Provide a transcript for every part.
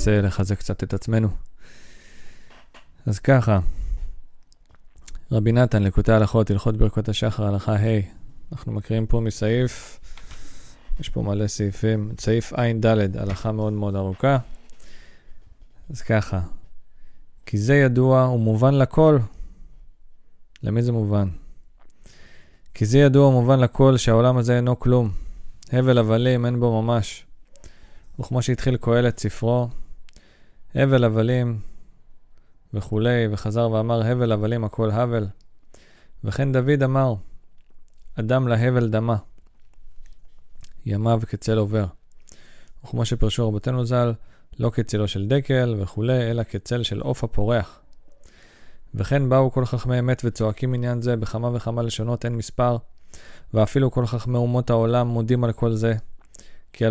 ננסה לחזק קצת את עצמנו. אז ככה, רבי נתן, לקוטי הלכות, הלכות ברכות השחר, הלכה ה'. אנחנו מקריאים פה מסעיף, יש פה מלא סעיפים, סעיף ע' ד', הלכה מאוד מאוד ארוכה. אז ככה, כי זה ידוע ומובן לכל. למי זה מובן? כי זה ידוע ומובן לכל שהעולם הזה אינו כלום. הבל הבלים אין בו ממש. וכמו שהתחיל קהלת ספרו, הבל הבלים וכולי, וחזר ואמר הבל הבלים הכל הבל. וכן דוד אמר, אדם להבל דמה, ימיו כצל עובר. וכמו שפרשו רבותינו ז"ל, לא כצלו של דקל וכולי, אלא כצל של עוף הפורח. וכן באו כל חכמי אמת וצועקים עניין זה בכמה וכמה לשונות אין מספר, ואפילו כל חכמי אומות העולם מודים על כל זה, כי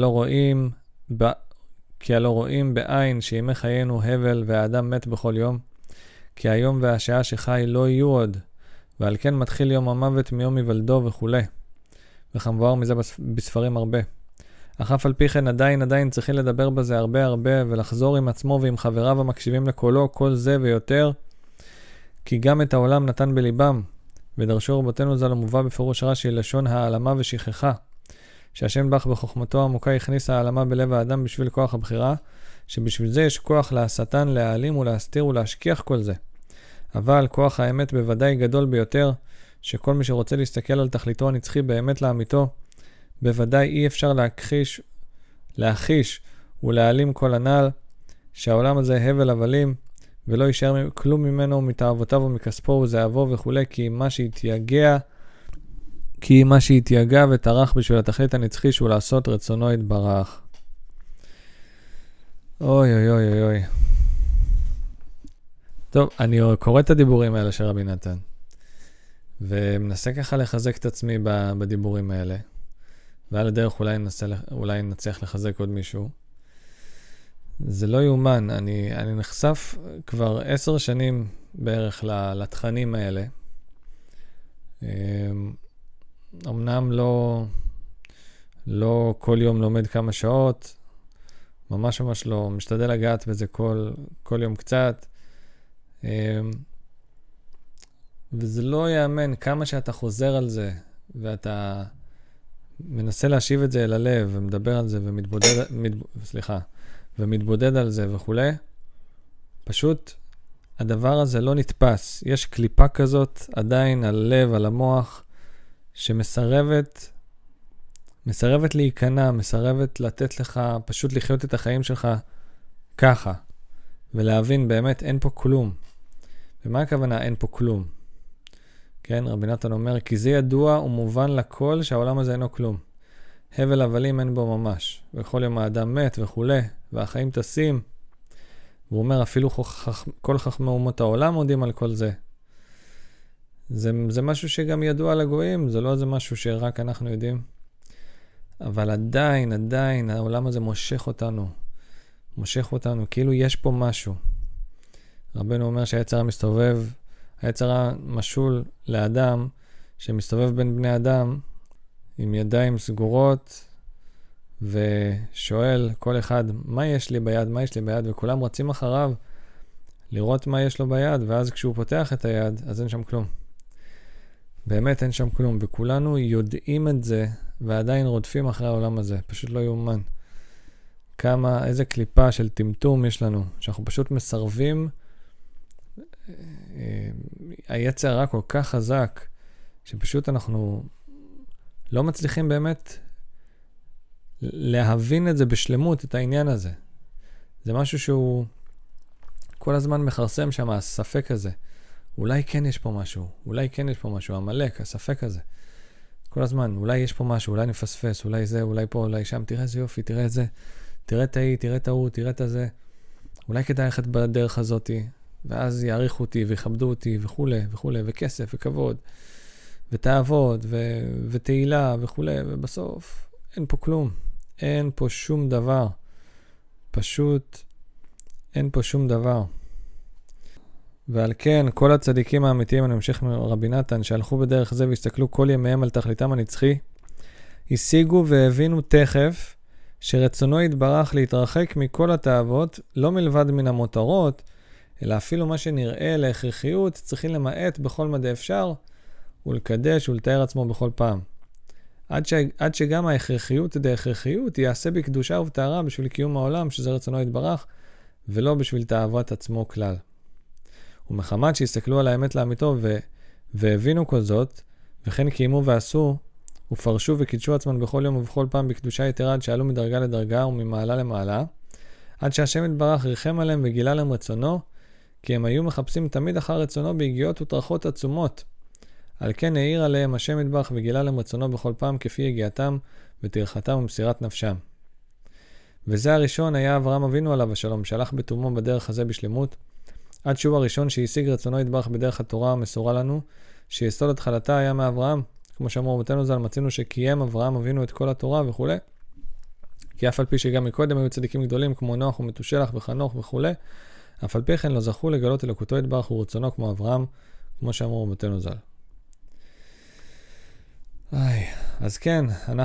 הלא רואים בעין שימי חיינו הבל והאדם מת בכל יום, כי היום והשעה שחי לא יהיו עוד, ועל כן מתחיל יום המוות מיום היוולדו וכולי. וכמבואר מזה בספרים הרבה. אך אף על פי כן עדיין צריכים לדבר בזה הרבה ולחזור עם עצמו ועם חבריו המקשיבים לקולו כל זה ויותר, כי גם את העולם נתן בליבם, ודרשו רבותינו ז"ל המובא בפירוש רש"י לשון העלמה ושכחה, שהשם בך בחוכמתו העמוקה הכניס העלמה בלב האדם בשביל כוח הבחירה, שבשביל זה יש כוח לשטן להעלים ולהסתיר ולהשכיח כל זה. אבל כוח האמת בוודאי גדול ביותר, שכל מי שרוצה להסתכל על תכליתו הנצחי באמת לאמיתו, בוודאי אי אפשר להחיש ולהעלים כל הנעל, שהעולם הזה הבל הבלים, ולא יישאר כלום ממנו מתאוותיו ומכספו וזהבו וכו', כי מה שהתייגע וטרח בשביל התכלית הנצחי שהוא לעשות רצונו יתברך. אוי. טוב, אני קורא את הדיבורים האלה של רבי נתן, ומנסה ככה לחזק את עצמי בדיבורים האלה, ועל הדרך אולי נצליח לחזק עוד מישהו. זה לא יאומן, אני נחשף כבר 10 שנים בערך לתכנים האלה. אמנם לא כל יום לומד כמה שעות, ממש לא, משתדל לגעת בזה כל יום קצת. וזה לא יאמן כמה שאתה חוזר על זה, ואתה מנסה להשיב את זה אל הלב, ומדבר על זה, ומתבודד על זה וכו'. פשוט הדבר הזה לא נתפס. יש קליפה כזאת עדיין על הלב, על המוח, שמסרבת להיכנע, מסרבת לתת לך פשוט לחיות את החיים שלך ככה, ולהבין באמת אין פה כלום. ומה הכוונה אין פה כלום? כן, רבי נתן אומר, כי זה ידוע ומובן לכל שהעולם הזה אינו כלום. הבל הבלים אין בו ממש, וכל יום האדם מת וכו', והחיים טסים. והוא אומר, אפילו כל חכמי אומות העולם מודים על כל זה. זה משהו שגם ידוע לגויים, זה לא זה משהו שרק אנחנו יודעים. אבל עדיין, העולם הזה מושך אותנו, כאילו יש פה משהו. רבנו אומר שהיצר מסתובב, היצר משול לאדם שמסתובב בין בני אדם עם ידיים סגורות ושואל כל אחד מה יש לי ביד, וכולם רצים אחריו לראות מה יש לו ביד, ואז כשהוא פותח את היד אז אין שם כלום. באמת אין שם כלום, וכולנו יודעים את זה ועדיין רודפים אחרי העולם הזה, פשוט לא יאומן. איזה קליפה של טמטום יש לנו, שאנחנו פשוט מסרבים. היצר הרע כל כך חזק, שפשוט אנחנו לא מצליחים באמת להבין את זה בשלמות, את העניין הזה. זה משהו שהוא כל הזמן מחרסם שם, הספק הזה. אולי כן יש פה משהו, המלאק, הספק הזה. כל הזמן, אולי יש פה משהו, אולי נפספס, אולי זה, אולי פה, אולי שם, תראה איזה יופי, תראה את זה, תראה את ההיא, תראה את ההוא, תראה את הזה. אולי כדאי ללכת בדרך הזאת, ואז יעריכו אותי ויכבדו אותי וכו', וכסף וכבוד, ותעבוד ותהילה וכו', ובסוף אין פה כלום. אין פה שום דבר. פשוט אין פה שום דבר. ועל כן, כל הצדיקים האמיתיים, אני ממשיך מרבי נתן, שהלכו בדרך זה והסתכלו כל ימיהם על תכליתם הנצחי, השיגו והבינו תכף שרצונו יתברך להתרחק מכל התאוות, לא מלבד מן המותרות, אלא אפילו מה שנראה להכרחיות, צריכים למעט בכל מדי אפשר, ולקדש ולתאר עצמו בכל פעם. עד שגם ההכרחיות דהכרחיות יעשה בקדושה ובטהרה בשביל קיום העולם, שזה רצונו יתברך, ולא בשביל תאוות עצמו כלל. ומחמת שהסתכלו על האמת לאמיתו והבינו כל זאת, וכן קיימו ועשו, ופרשו וקידשו עצמם בכל יום ובכל פעם בקדושה יתרה, עד שעלו מדרגה לדרגה וממעלה למעלה, עד שהשם יתברך ריחם עליהם וגילה להם רצונו, כי הם היו מחפשים תמיד אחר רצונו בהגיעות וטרחות עצומות. על כן העיר עליהם השם יתברך וגילה להם רצונו בכל פעם כפי יגיעתם וטרחתם ומסירת נפשם. וזה הראשון היה אברהם אבינו עליו השלום, שהלך בתומו בדרך הזה בשלמות, עד שהוא הראשון שהשיג רצונו יתברך בדרך התורה המסורה לנו, שיסוד התחלתה היה מאברהם, כמו שאמרו רבותינו ז"ל, מצינו שקיים אברהם אבינו את כל התורה וכו'. כי אף על פי שגם מקודם היו צדיקים גדולים כמו נוח ומתושלח וחנוך וכו', אף על פי כן לא זכו לגלות אלוקותו יתברך ורצונו כמו אברהם, כמו שאמרו רבותינו ז"ל. אז כן,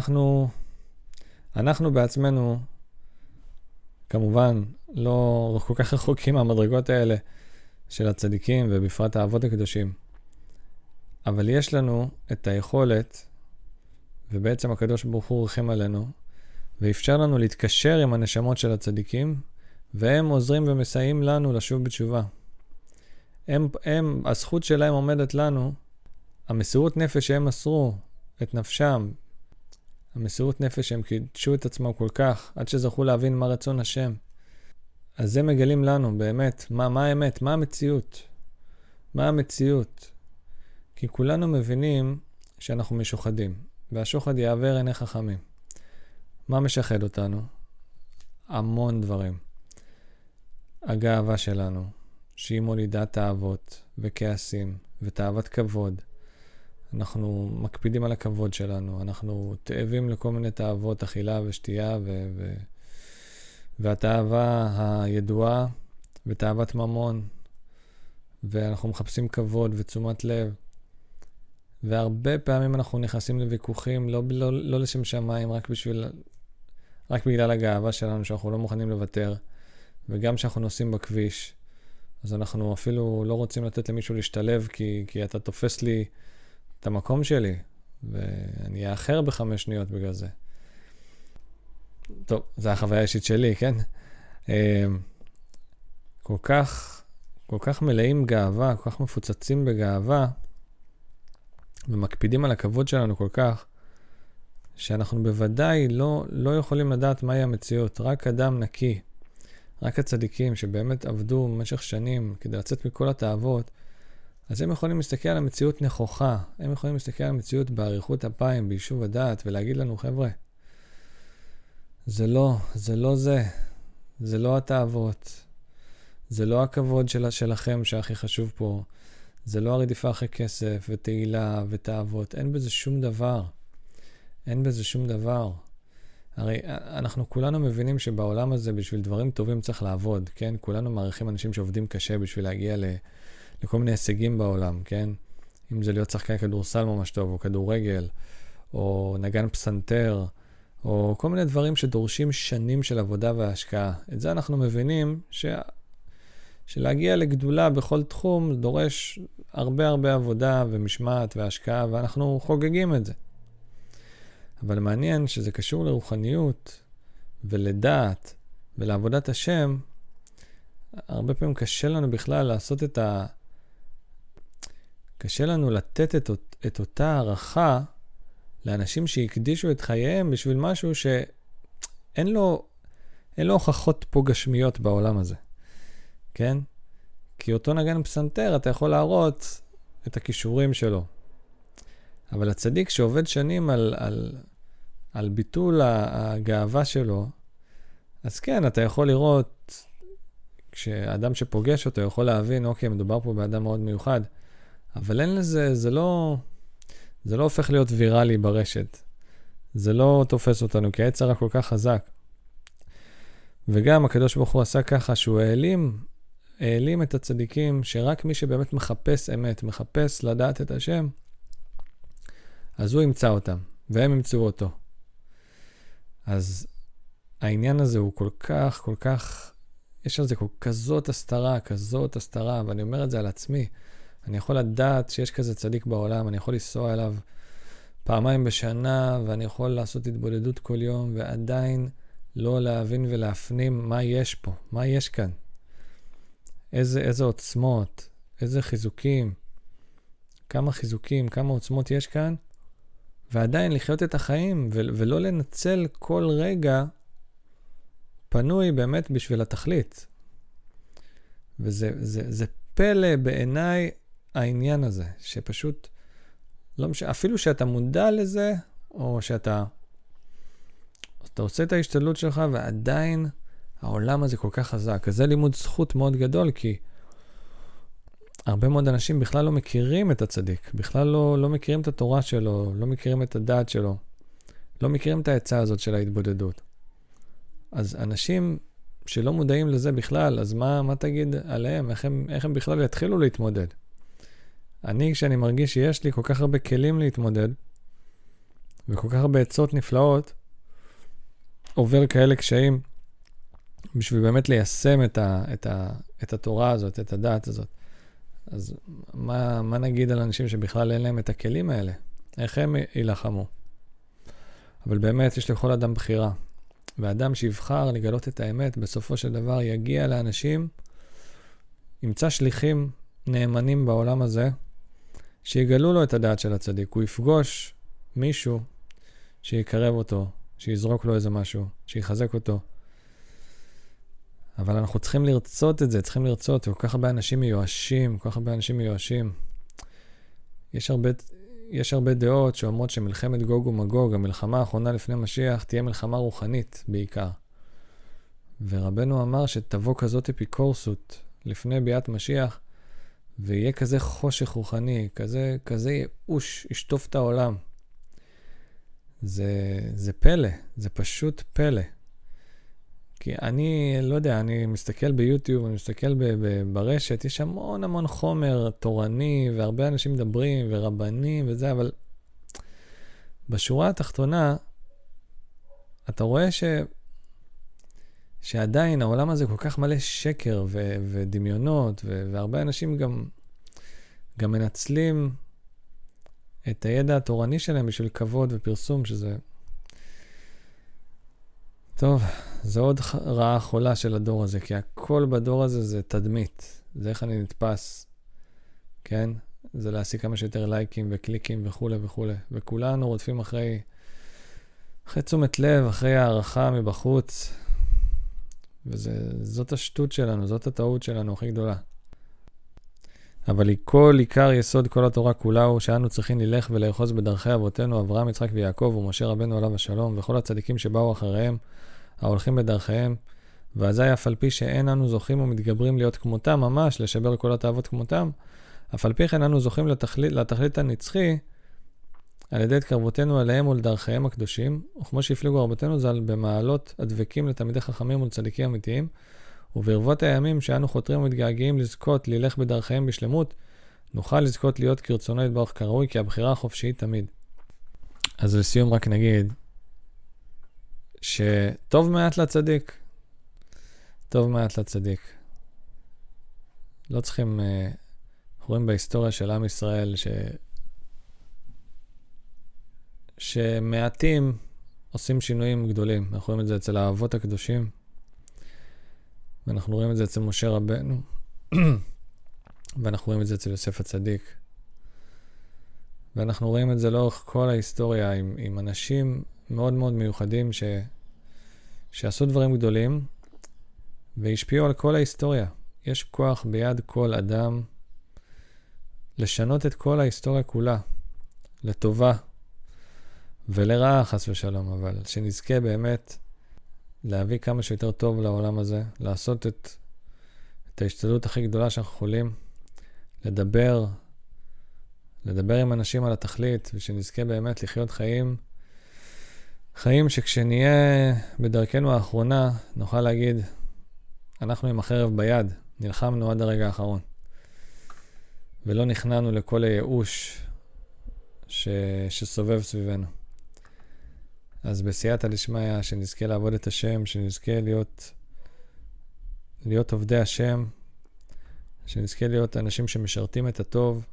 אנחנו בעצמנו, כמובן, לא כל כך רחוקים מהמדרגות האלה של הצדיקים ובפרט האבות הקדושים. אבל יש לנו את היכולת, ובעצם הקדוש ברוך הוא ריחם עלינו, ואפשר לנו להתקשר עם הנשמות של הצדיקים, והם עוזרים ומסייעים לנו לשוב בתשובה. הזכות שלהם עומדת לנו, המסירות נפש שהם מסרו את נפשם, המסירות נפש שהם קידשו את עצמם כל כך, עד שזכו להבין מה רצון השם. אז זה מגלים לנו באמת, מה האמת, מה המציאות. מה המציאות? כי כולנו מבינים שאנחנו משוחדים, והשוחד יעבר עיני חכמים. מה משחד אותנו? המון דברים. הגאווה שלנו, שהיא מולידת תאוות וכעסים ותאוות כבוד. אנחנו מקפידים על הכבוד שלנו, אנחנו תאבים לכל מיני תאוות, אכילה ושתייה והתאווה הידועה ותאוות ממון, ואנחנו מחפשים כבוד ותשומת לב. והרבה פעמים אנחנו נכנסים לוויכוחים, לא לשם שמיים, רק בגלל הגאווה שלנו, שאנחנו לא מוכנים לוותר. וגם שאנחנו נוסעים בכביש, אז אנחנו אפילו לא רוצים לתת למישהו להשתלב, כי אתה תופס לי את המקום שלי, ואני אאחר ב5 שניות בגלל זה. טוב, זו החוויה האישית שלי, כן? כל כך מלאים גאווה, כל כך מפוצצים בגאווה, ומקפידים על הכבוד שלנו כל כך, שאנחנו בוודאי לא יכולים לדעת מהי המציאות. רק אדם נקי, רק הצדיקים שבאמת עבדו במשך שנים כדי לצאת מכל התאוות, אז הם יכולים להסתכל על המציאות נכוחה, הם יכולים להסתכל על המציאות באריכות אפיים, ביישוב הדעת, ולהגיד לנו, חבר'ה, זה לא התאוות, זה לא הכבוד שלכם שהכי חשוב פה, זה לא הרדיפה אחרי כסף ותהילה ותאוות, אין בזה שום דבר. הרי אנחנו כולנו מבינים שבעולם הזה בשביל דברים טובים צריך לעבוד, כן? כולנו מעריכים אנשים שעובדים קשה בשביל להגיע לכל מיני הישגים בעולם, כן? אם זה להיות שחקן כדורסל ממש טוב, או כדורגל, או נגן פסנתר, או כל מיני דברים שדורשים שנים של עבודה והשקעה. את זה אנחנו מבינים שלהגיע לגדולה בכל תחום דורש הרבה עבודה ומשמעת והשקעה, ואנחנו חוגגים את זה. אבל מעניין שזה קשור לרוחניות ולדעת ולעבודת השם. הרבה פעמים קשה לנו בכלל לעשות קשה לנו לתת את אותה הערכה לאנשים שהקדישו את חייהם בשביל משהו שאין לו הוכחות פה גשמיות בעולם הזה. כן? כי אותו נגן פסנתר אתה יכול להראות את הכישורים שלו. אבל הצדיק שעובד שנים על ביטול הגאווה שלו, אז כן, אתה יכול לראות, כשאדם שפוגש אותו יכול להבין, אוקיי, מדובר פה באדם מאוד מיוחד, אבל אין לזה, זה לא הופך להיות ויראלי ברשת. זה לא תופס אותנו, כי היצר כל כך חזק. וגם הקדוש ברוך הוא עשה ככה, שהוא העלים את הצדיקים, שרק מי שבאמת מחפש אמת, מחפש לדעת את השם, אז הוא ימצא אותם, והם ימצאו אותו. אז העניין הזה הוא כל כך, יש על זה כזאת הסתרה, ואני אומר את זה על עצמי. אני יכול לדעת שיש כזה צדיק בעולם, אני יכול לנסוע אליו פעמיים בשנה, ואני יכול לעשות התבודדות כל יום, ועדיין לא להבין ולהפנים מה יש פה, מה יש כאן. איזה עוצמות, איזה חיזוקים, כמה עוצמות יש כאן, ועדיין לחיות את החיים, ולא לנצל כל רגע פנוי באמת בשביל התכלית. וזה פלא בעיניי העניין הזה, שפשוט, לא משנה, אפילו שאתה מודע לזה, או שאתה עושה את ההשתדלות שלך, ועדיין העולם הזה כל כך חזק. אז זה לימוד זכות מאוד גדול, כי הרבה מאוד אנשים בכלל לא מכירים את הצדיק, בכלל לא מכירים את התורה שלו, לא מכירים את הדעת שלו, לא מכירים את העצה הזאת של ההתבודדות. אז אנשים שלא מודעים לזה בכלל, אז מה תגיד עליהם? איך הם בכלל יתחילו להתמודד? כשאני מרגיש שיש לי כל כך הרבה כלים להתמודד, וכל כך הרבה עצות נפלאות, עובר כאלה קשיים, בשביל באמת ליישם את התורה הזאת, את הדעת הזאת. אז מה נגיד על אנשים שבכלל אין להם את הכלים האלה? איך הם ילחמו? אבל באמת יש לכל אדם בחירה. ואדם שיבחר לגלות את האמת, בסופו של דבר יגיע לאנשים, ימצא שליחים נאמנים בעולם הזה, שיגלו לו את הדעת של הצדיק. הוא יפגוש מישהו שיקרב אותו, שיזרוק לו איזה משהו, שיחזק אותו. אבל אנחנו צריכים לרצות את זה, כל כך הרבה אנשים מיואשים, יש הרבה דעות שאומרות שמלחמת גוג ומגוג, המלחמה האחרונה לפני משיח, תהיה מלחמה רוחנית בעיקר. ורבנו אמר שתבוא כזאת אפיקורסות לפני ביאת משיח, ויהיה כזה חושך רוחני, כזה ייאוש, ישטוף את העולם. זה פלא, זה פשוט פלא. כי אני לא יודע, אני מסתכל ביוטיוב, אני מסתכל ברשת, יש המון חומר תורני, והרבה אנשים מדברים, ורבנים וזה, אבל בשורה התחתונה, אתה רואה שעדיין העולם הזה כל כך מלא שקר ודמיונות, והרבה אנשים גם מנצלים את הידע התורני שלהם בשביל כבוד ופרסום, שזה טוב, זה עוד רעה חולה של הדור הזה, כי הכל בדור הזה זה תדמית. זה איך אני נתפס, כן? זה להשיג כמה שיותר לייקים וקליקים וכו'. וכולנו רודפים אחרי תשומת לב, אחרי הערכה מבחוץ. וזאת השטות שלנו, זאת הטעות שלנו הכי גדולה. אבל כל עיקר יסוד כל התורה כולה הוא שאנו צריכים ללך ולאחוז בדרכי אבותינו, אברהם, יצחק ויעקב ומשה רבנו עליו השלום, וכל הצדיקים שבאו אחריהם, ההולכים בדרכיהם, ואזי אף על פי שאין אנו זוכים ומתגברים להיות כמותם, ממש לשבר כל התאוות כמותם, אף על פי כן אנו זוכים לתכלית הנצחי, על ידי התקרבותנו אליהם ולדרכיהם הקדושים, וכמו שהפליגו רבותינו ז"ל במעלות הדבקים לתלמידי חכמים ולצדיקים אמיתיים, וברבות הימים שאנו חותרים ומתגעגעים לזכות ללך בדרכיהם בשלמות, נוכל לזכות להיות כרצונו יתברך כראוי, כי הבחירה החופשית תמיד. אז לסיום רק נגיד, שטוב מעט לצדיק. לא צריכים, אנחנו רואים בהיסטוריה של עם ישראל, שמעטים עושים שינויים גדולים. אנחנו רואים את זה אצל האבות הקדושים, ואנחנו רואים את זה אצל משה רבנו, ואנחנו רואים את זה אצל יוסף הצדיק. ואנחנו רואים את זה לאורך כל ההיסטוריה, עם אנשים מאוד מאוד מיוחדים שעשו דברים גדולים, והשפיעו על כל ההיסטוריה. יש כוח ביד כל אדם לשנות את כל ההיסטוריה כולה, לטובה ולרעה חס ושלום, אבל שנזכה באמת להביא כמה שיותר טוב לעולם הזה, לעשות את ההשתדלות הכי גדולה שאנחנו יכולים, לדבר עם אנשים על התכלית, ושנזכה באמת לחיות חיים שכשנהיה בדרכנו האחרונה, נוכל להגיד, אנחנו עם החרב ביד, נלחמנו עד הרגע האחרון. ולא נכנענו לכל הייאוש שסובב סביבנו. אז בסייעתא דשמיא, שנזכה לעבוד את השם, שנזכה להיות עובדי השם, שנזכה להיות אנשים שמשרתים את הטוב.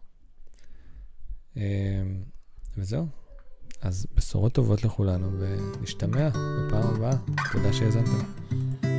וזהו. אז בשורות טובות לכולנו, ונשתמע בפעם הבאה. תודה שהאזנתם.